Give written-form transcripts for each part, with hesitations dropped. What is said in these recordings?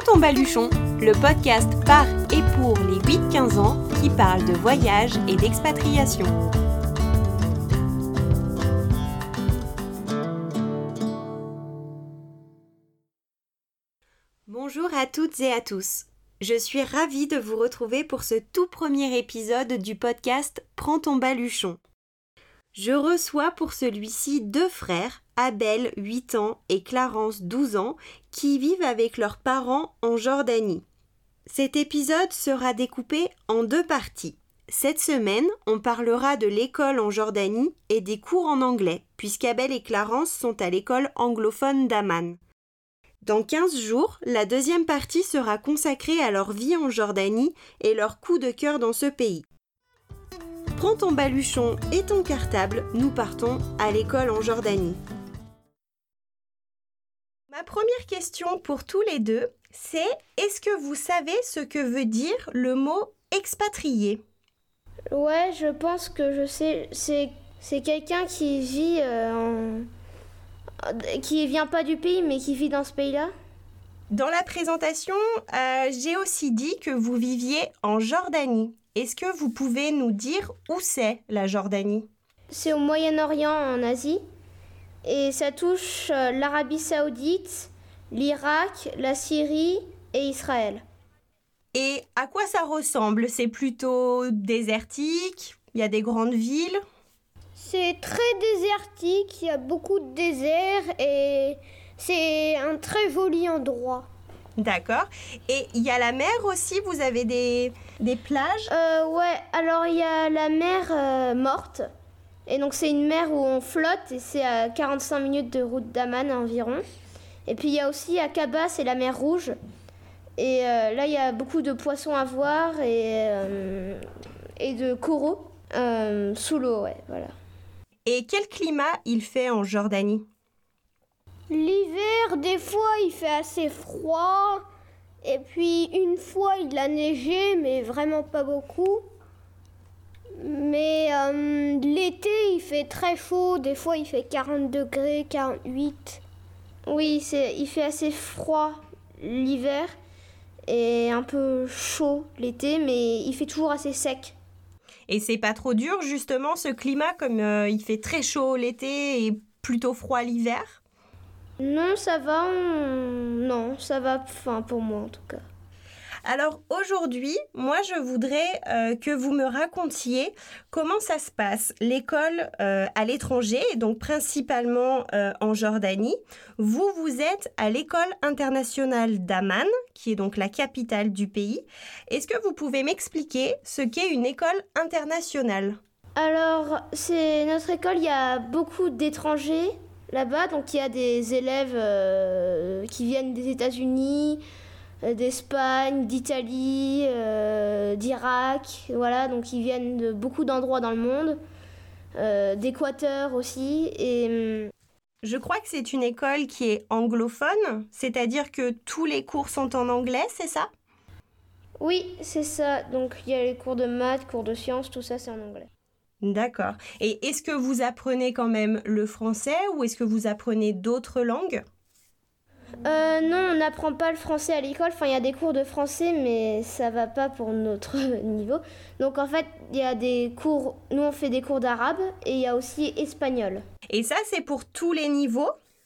Prends ton baluchon, le podcast par et pour les 8-15 ans qui parle de voyage et d'expatriation. Bonjour à toutes et à tous. Je suis ravie de vous retrouver pour ce tout premier épisode du podcast Prends ton baluchon. Je reçois pour celui-ci deux frères, Abel, 8 ans, et Clarence, 12 ans, qui vivent avec leurs parents en Jordanie. Cet épisode sera découpé en deux parties. Cette semaine, on parlera de l'école en Jordanie et des cours en anglais, puisqu'Abel et Clarence sont à l'école anglophone d'Amman. Dans 15 jours, la deuxième partie sera consacrée à leur vie en Jordanie et leur coup de cœur dans ce pays. Prends ton baluchon et ton cartable, nous partons à l'école en Jordanie. Ma première question pour tous les deux, c'est est-ce que vous savez ce que veut dire le mot expatrié ? Ouais, je pense que je sais. C'est quelqu'un qui vit qui vient pas du pays, mais qui vit dans ce pays-là. Dans la présentation, j'ai aussi dit que vous viviez en Jordanie. Est-ce que vous pouvez nous dire où c'est la Jordanie ? C'est au Moyen-Orient, en Asie. Et ça touche l'Arabie Saoudite, l'Irak, la Syrie et Israël. Et à quoi ça ressemble ? C'est plutôt désertique ? Il y a des grandes villes ? C'est très désertique, il y a beaucoup de désert et c'est un très joli endroit. D'accord. Et il y a la mer aussi ? Vous avez des plages ? Ouais, alors il y a la mer morte. Et donc c'est une mer où on flotte et c'est à 45 minutes de route d'Amman environ. Et puis il y a aussi Aqaba, c'est la mer Rouge. Et là il y a beaucoup de poissons à voir et de coraux sous l'eau, ouais, voilà. Et quel climat il fait en Jordanie ? L'hiver, des fois, il fait assez froid. Et puis, une fois, il a neigé, mais vraiment pas beaucoup. Mais l'été, il fait très chaud. Des fois, il fait 40 degrés, 48. Oui, il fait assez froid l'hiver et un peu chaud l'été, mais il fait toujours assez sec. Et c'est pas trop dur, justement, ce climat, comme il fait très chaud l'été et plutôt froid l'hiver ? Non, ça va. Non, ça va, enfin, pour moi en tout cas. Alors aujourd'hui, moi je voudrais que vous me racontiez comment ça se passe, l'école à l'étranger, donc principalement en Jordanie. Vous êtes à l'école internationale d'Amman, qui est donc la capitale du pays. Est-ce que vous pouvez m'expliquer ce qu'est une école internationale ? Alors, c'est notre école, il y a beaucoup d'étrangers là-bas, donc il y a des élèves qui viennent des États-Unis, d'Espagne, d'Italie, d'Irak, voilà, donc ils viennent de beaucoup d'endroits dans le monde, d'Équateur aussi. Et je crois que c'est une école qui est anglophone, c'est-à-dire que tous les cours sont en anglais, c'est ça ? Oui, c'est ça. Donc il y a les cours de maths, cours de sciences, tout ça c'est en anglais. D'accord. Et est-ce que vous apprenez quand même le français ou est-ce que vous apprenez d'autres langues ? Non, on n'apprend pas le français à l'école. Enfin, il y a des cours de français, mais ça va pas pour notre niveau. Donc en fait, il y a des cours. Nous, on fait des cours d'arabe et il y a aussi espagnol. Et ça, c'est pour tous les niveaux ?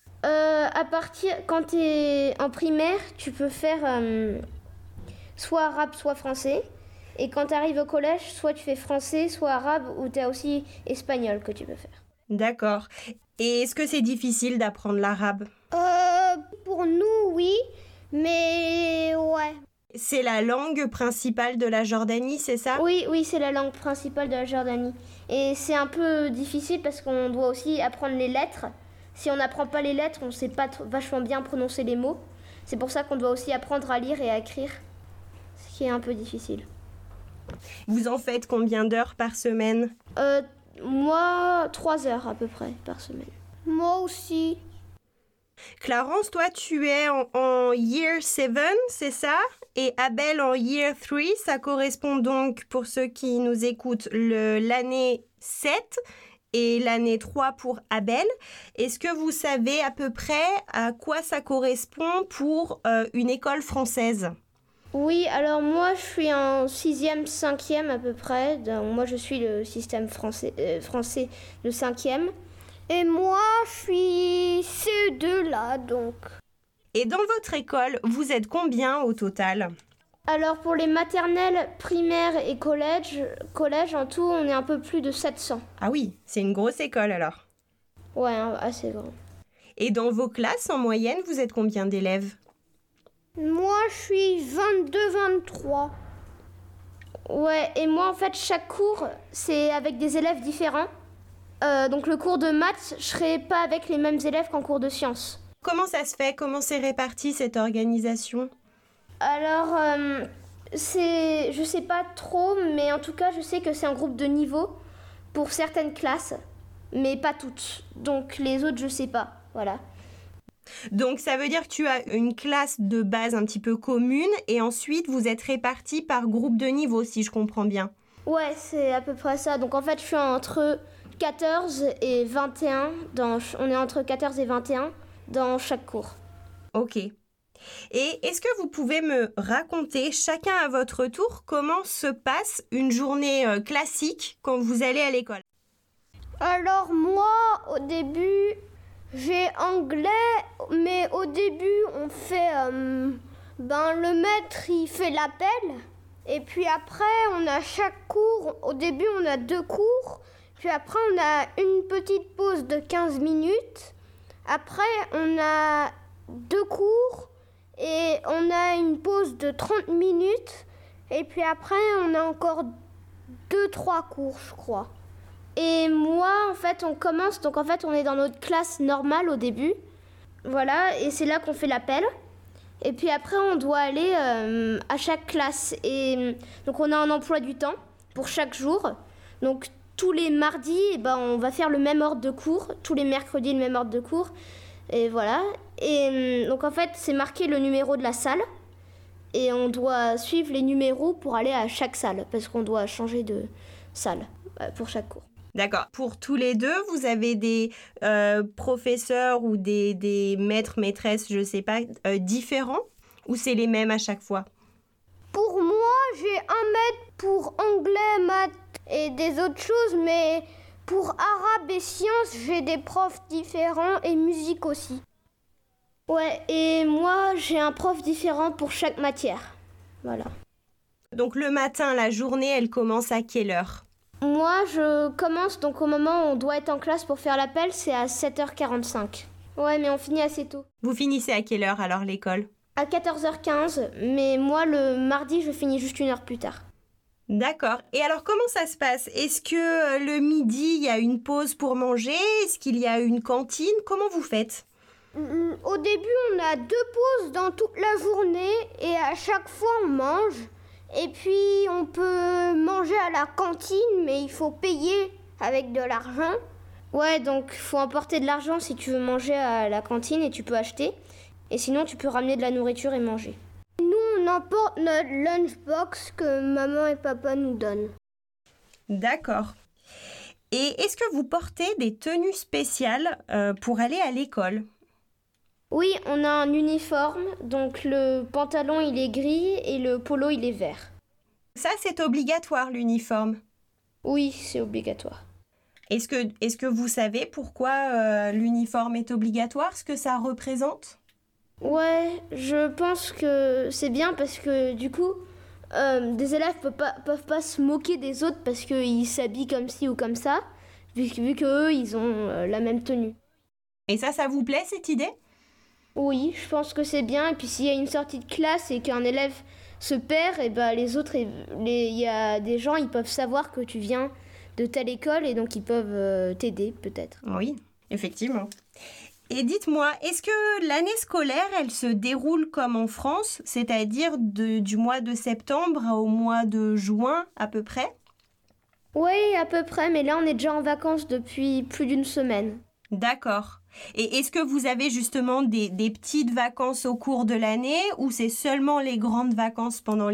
Quand tu es en primaire, tu peux faire soit arabe, soit français. Et quand tu arrives au collège, soit tu fais français, soit arabe, ou tu as aussi espagnol que tu peux faire. D'accord. Et est-ce que c'est difficile d'apprendre l'arabe ? Pour nous, oui, mais ouais. C'est la langue principale de la Jordanie, c'est ça ? Oui, c'est la langue principale de la Jordanie. Et c'est un peu difficile parce qu'on doit aussi apprendre les lettres. Si on n'apprend pas les lettres, on ne sait pas vachement bien prononcer les mots. C'est pour ça qu'on doit aussi apprendre à lire et à écrire, ce qui est un peu difficile. Vous en faites combien d'heures par semaine ? Moi, 3 heures à peu près par semaine. Moi aussi. Clarence, toi, tu es en Year 7, c'est ça ? Et Abel en Year 3, ça correspond donc, pour ceux qui nous écoutent, l'année 7. et l'année 3 pour Abel. Est-ce que vous savez à peu près à quoi ça correspond pour une école française ? Oui, alors moi je suis en 6e, 5e à peu près. Donc, moi je suis le système français de 5e. Et moi je suis CE2 là donc. Et dans votre école, vous êtes combien au total ? Alors pour les maternelles, primaires et collège en tout on est un peu plus de 700. Ah oui, c'est une grosse école alors. Ouais, assez grand. Et dans vos classes, en moyenne, vous êtes combien d'élèves ? Moi, je suis 22-23. Ouais, et moi, en fait, chaque cours, c'est avec des élèves différents. Donc, le cours de maths, je serai pas avec les mêmes élèves qu'en cours de sciences. Comment ça se fait ? Comment c'est réparti cette organisation ? Alors, je sais pas trop, mais en tout cas, je sais que c'est un groupe de niveau pour certaines classes, mais pas toutes. Donc, les autres, je sais pas. Voilà. Donc, ça veut dire que tu as une classe de base un petit peu commune et ensuite, vous êtes répartis par groupe de niveau, si je comprends bien. Ouais, c'est à peu près ça. Donc, en fait, je suis entre 14 et 21. On est entre 14 et 21 dans chaque cours. Ok. Et est-ce que vous pouvez me raconter, chacun à votre tour, comment se passe une journée classique quand vous allez à l'école ? Alors, moi, au début... J'ai anglais, mais au début, on fait... le maître, il fait l'appel. Et puis après, on a chaque cours. Au début, on a 2 cours. Puis après, on a une petite pause de 15 minutes. Après, on a 2 cours. Et on a une pause de 30 minutes. Et puis après, on a encore 2-3 cours, je crois. Et moi, en fait, on commence, donc en fait, on est dans notre classe normale au début. Voilà, et c'est là qu'on fait l'appel. Et puis après, on doit aller à chaque classe. Et donc, on a un emploi du temps pour chaque jour. Donc, tous les mardis, on va faire le même ordre de cours. Tous les mercredis, le même ordre de cours. Et voilà. Et donc, en fait, c'est marqué le numéro de la salle. Et on doit suivre les numéros pour aller à chaque salle. Parce qu'on doit changer de salle pour chaque cours. D'accord. Pour tous les deux, vous avez des professeurs ou des maîtres, maîtresses, je ne sais pas, différents ou c'est les mêmes à chaque fois ? Pour moi, j'ai un maître pour anglais, maths et des autres choses, mais pour arabe et sciences, j'ai des profs différents et musique aussi. Ouais, et moi, j'ai un prof différent pour chaque matière. Voilà. Donc le matin, la journée, elle commence à quelle heure ? Moi, je commence donc au moment où on doit être en classe pour faire l'appel, c'est à 7h45. Ouais, mais on finit assez tôt. Vous finissez à quelle heure alors l'école ? À 14h15, mais moi le mardi, je finis juste 1 heure plus tard. D'accord. Et alors comment ça se passe ? Est-ce que le midi, il y a une pause pour manger ? Est-ce qu'il y a une cantine ? Comment vous faites ? Au début, on a 2 pauses dans toute la journée et à chaque fois, on mange. Et puis, on peut manger à la cantine, mais il faut payer avec de l'argent. Ouais, donc il faut emporter de l'argent si tu veux manger à la cantine et tu peux acheter. Et sinon, tu peux ramener de la nourriture et manger. Nous, on emporte notre lunchbox que maman et papa nous donnent. D'accord. Et est-ce que vous portez des tenues spéciales pour aller à l'école ? Oui, on a un uniforme, donc le pantalon il est gris et le polo il est vert. Ça, c'est obligatoire, l'uniforme ? Oui, c'est obligatoire. Est-ce que vous savez pourquoi l'uniforme est obligatoire, ce que ça représente ? Ouais, je pense que c'est bien parce que du coup, des élèves peuvent pas se moquer des autres parce qu'ils s'habillent comme ci ou comme ça, vu qu'eux, ils ont la même tenue. Et ça vous plaît, cette idée ? Oui, je pense que c'est bien. Et puis s'il y a une sortie de classe et qu'un élève se perd, et les autres, il y a des gens, ils peuvent savoir que tu viens de telle école et donc ils peuvent t'aider peut-être. Oui, effectivement. Et dites-moi, est-ce que l'année scolaire, elle se déroule comme en France, c'est-à-dire du mois de septembre au mois de juin à peu près ? Oui, à peu près, mais là on est déjà en vacances depuis plus d'1 semaine. D'accord. Et est-ce que vous avez justement des petites vacances au cours de l'année ou c'est seulement les grandes vacances pendant l'été ?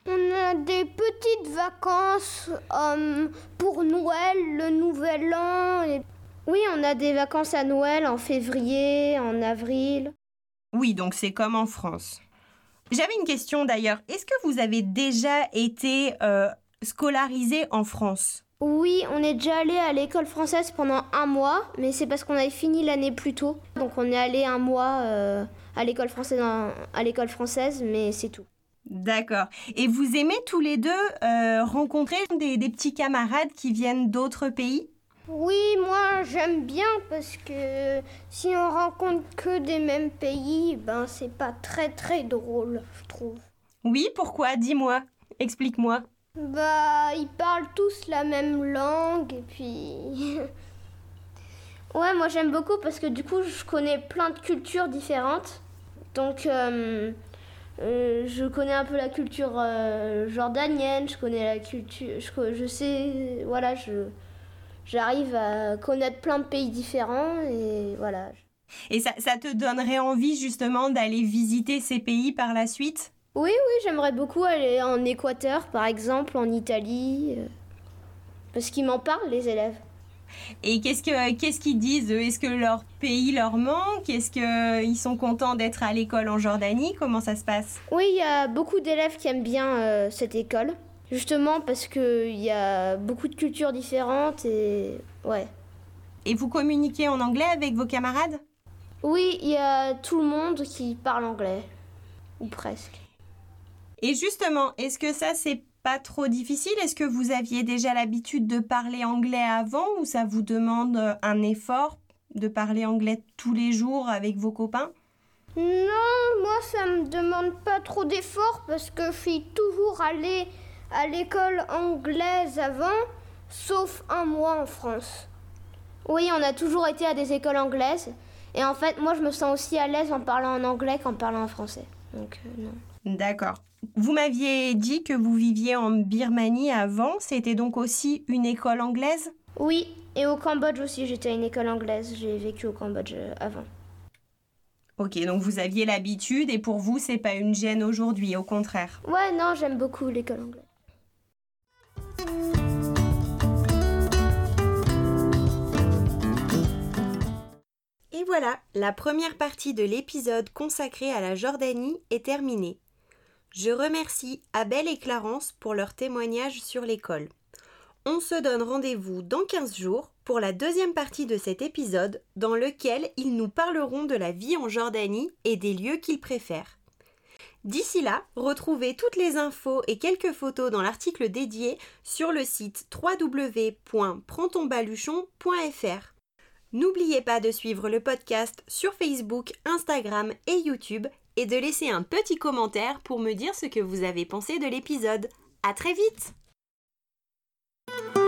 On a des petites vacances pour Noël, le Nouvel An. Oui, on a des vacances à Noël en février, en avril. Oui, donc c'est comme en France. J'avais une question d'ailleurs. Est-ce que vous avez déjà été scolarisé en France ? Oui, on est déjà allé à l'école française pendant 1 mois, mais c'est parce qu'on avait fini l'année plus tôt. Donc on est allé 1 mois à l'école française, mais c'est tout. D'accord. Et vous aimez tous les deux rencontrer des petits camarades qui viennent d'autres pays ? Oui, moi j'aime bien parce que si on rencontre que des mêmes pays, ben c'est pas très très drôle, je trouve. Oui, pourquoi ? Dis-moi, explique-moi. Bah, ils parlent tous la même langue et puis... Ouais, moi j'aime beaucoup parce que du coup je connais plein de cultures différentes. Donc je connais un peu la culture jordanienne, je connais la culture... Je sais, voilà, j'arrive à connaître plein de pays différents et voilà. Et ça te donnerait envie justement d'aller visiter ces pays par la suite ? Oui, j'aimerais beaucoup aller en Équateur, par exemple, en Italie, parce qu'ils m'en parlent, les élèves. Et qu'est-ce qu'ils disent ? Est-ce que leur pays leur manque ? Est-ce qu'ils sont contents d'être à l'école en Jordanie ? Comment ça se passe ? Oui, il y a beaucoup d'élèves qui aiment bien cette école, justement parce qu'il y a beaucoup de cultures différentes et ouais. Et vous communiquez en anglais avec vos camarades ? Oui, il y a tout le monde qui parle anglais, ou presque. Et justement, est-ce que ça, c'est pas trop difficile ? Est-ce que vous aviez déjà l'habitude de parler anglais avant ou ça vous demande un effort de parler anglais tous les jours avec vos copains ? Non, moi ça me demande pas trop d'efforts parce que je suis toujours allée à l'école anglaise avant, sauf 1 mois en France. Oui, on a toujours été à des écoles anglaises et en fait, moi je me sens aussi à l'aise en parlant en anglais qu'en parlant en français. Donc non. D'accord. Vous m'aviez dit que vous viviez en Birmanie avant, c'était donc aussi une école anglaise ? Oui, et au Cambodge aussi, j'étais à une école anglaise, j'ai vécu au Cambodge avant. Ok, donc vous aviez l'habitude et pour vous, c'est pas une gêne aujourd'hui, au contraire. Ouais, non, j'aime beaucoup l'école anglaise. Et voilà, la première partie de l'épisode consacré à la Jordanie est terminée. Je remercie Abel et Clarence pour leur témoignage sur l'école. On se donne rendez-vous dans 15 jours pour la deuxième partie de cet épisode dans lequel ils nous parleront de la vie en Jordanie et des lieux qu'ils préfèrent. D'ici là, retrouvez toutes les infos et quelques photos dans l'article dédié sur le site www.prendtonbaluchon.fr. N'oubliez pas de suivre le podcast sur Facebook, Instagram et YouTube et de laisser un petit commentaire pour me dire ce que vous avez pensé de l'épisode. À très vite!